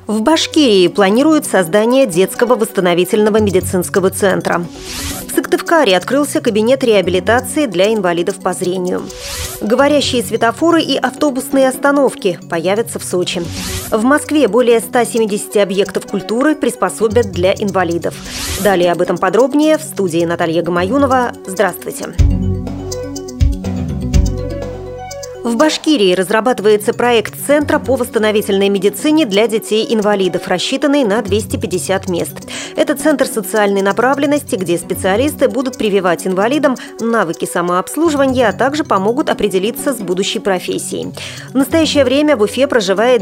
В Башкирии планируют создание детского восстановительного медицинского центра. В Сыктывкаре открылся кабинет реабилитации для инвалидов по зрению. Говорящие светофоры и автобусные остановки появятся в Сочи. В Москве более 170 объектов культуры приспособят для инвалидов. Далее об этом подробнее в студии Наталья Гамаюнова. Здравствуйте. В Башкирии разрабатывается проект Центра по восстановительной медицине для детей-инвалидов, рассчитанный на 250 мест. Это центр социальной направленности, где специалисты будут прививать инвалидам навыки самообслуживания, а также помогут определиться с будущей профессией. В настоящее время в Уфе проживает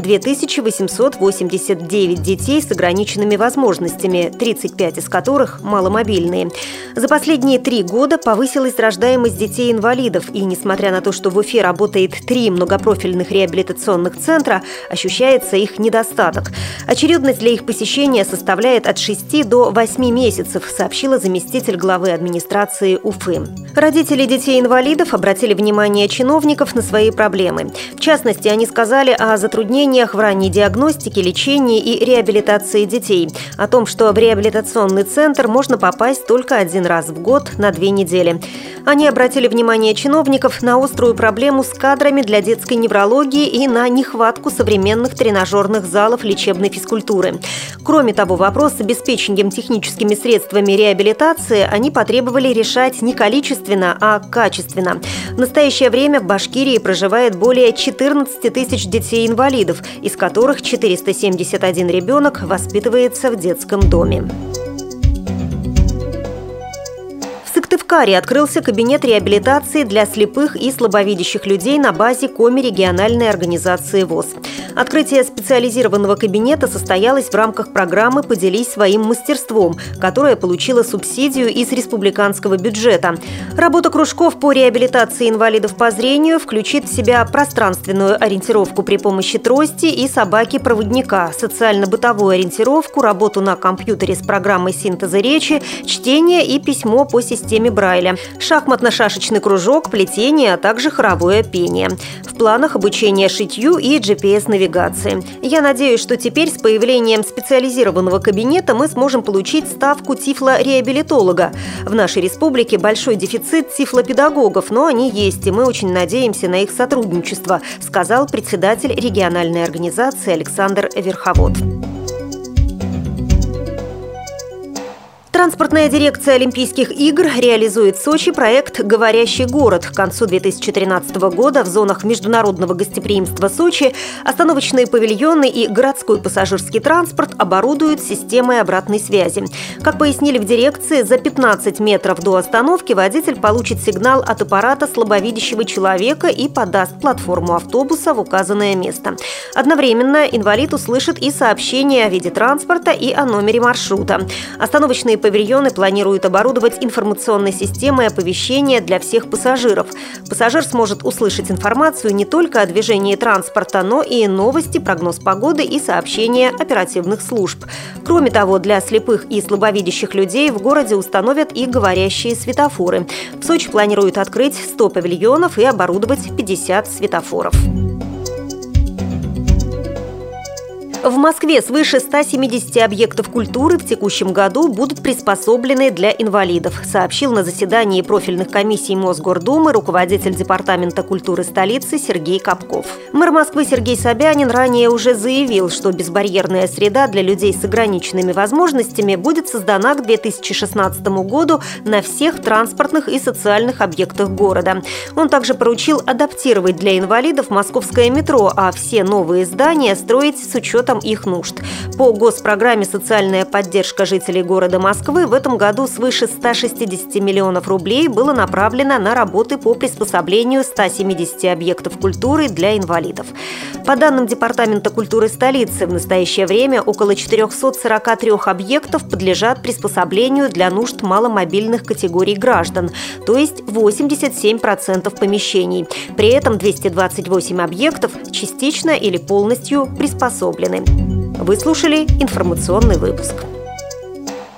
2889 детей с ограниченными возможностями, 35 из которых маломобильные. За последние 3 года повысилась рождаемость детей-инвалидов, и несмотря на то, что в Уфе работает 3 многопрофильных реабилитационных центра, ощущается их недостаток. Очередность для их посещения составляет от 6 до 8 месяцев, сообщила заместитель главы администрации Уфы. Родители детей-инвалидов обратили внимание чиновников на свои проблемы. В частности, они сказали о затруднениях в ранней диагностике, лечении и реабилитации детей, о том, что в реабилитационный центр можно попасть только 1 раз в год на 2 недели. Они обратили внимание чиновников на острую проблему с кадрами для детской неврологии и на нехватку современных тренажерных залов лечебной физкультуры. Кроме того, вопрос с обеспечением техническими средствами реабилитации они потребовали решать не количественно, а качественно. В настоящее время в Башкирии проживает более 14 тысяч детей-инвалидов, из которых 471 ребенок воспитывается в детском доме. В Сыктывкаре открылся кабинет реабилитации для слепых и слабовидящих людей на базе Коми региональной организации ВОС. Открытие специализированного кабинета состоялось в рамках программы «Поделись своим мастерством», которая получила субсидию из республиканского бюджета. Работа кружков по реабилитации инвалидов по зрению включит в себя пространственную ориентировку при помощи трости и собаки-проводника, социально-бытовую ориентировку, работу на компьютере с программой синтеза речи, чтение и письмо по системе Брайля, шахматно-шашечный кружок, плетение, а также хоровое пение. В планах обучение шитью и GPS-навигации. Я надеюсь, что теперь с появлением специализированного кабинета мы сможем получить ставку тифлореабилитолога. В нашей республике большой дефицит тифлопедагогов, но они есть, и мы очень надеемся на их сотрудничество, сказал председатель региональной организации Александр Верховод. Транспортная дирекция Олимпийских игр реализует в Сочи проект «Говорящий город». К концу 2013 года в зонах международного гостеприимства Сочи остановочные павильоны и городской пассажирский транспорт оборудуют системой обратной связи. Как пояснили в дирекции, за 15 метров до остановки водитель получит сигнал от аппарата слабовидящего человека и подаст платформу автобуса в указанное место. Одновременно инвалид услышит и сообщение о виде транспорта и о номере маршрута. Остановочные павильоны планируют оборудовать информационной системой оповещения для всех пассажиров. Пассажир сможет услышать информацию не только о движении транспорта, но и новости, прогноз погоды и сообщения оперативных служб. Кроме того, для слепых и слабовидящих людей в городе установят и говорящие светофоры. В Сочи планируют открыть 100 павильонов и оборудовать 50 светофоров. В Москве свыше 170 объектов культуры в текущем году будут приспособлены для инвалидов, сообщил на заседании профильных комиссий Мосгордумы руководитель Департамента культуры столицы Сергей Капков. Мэр Москвы Сергей Собянин ранее уже заявил, что безбарьерная среда для людей с ограниченными возможностями будет создана к 2016 году на всех транспортных и социальных объектах города. Он также поручил адаптировать для инвалидов московское метро, а все новые здания строить с учетом их нужд. По госпрограмме «Социальная поддержка жителей города Москвы» в этом году свыше 160 миллионов рублей было направлено на работы по приспособлению 170 объектов культуры для инвалидов. По данным Департамента культуры столицы, в настоящее время около 443 объектов подлежат приспособлению для нужд маломобильных категорий граждан, то есть 87% помещений. При этом 228 объектов частично или полностью приспособлены. Вы слушали информационный выпуск.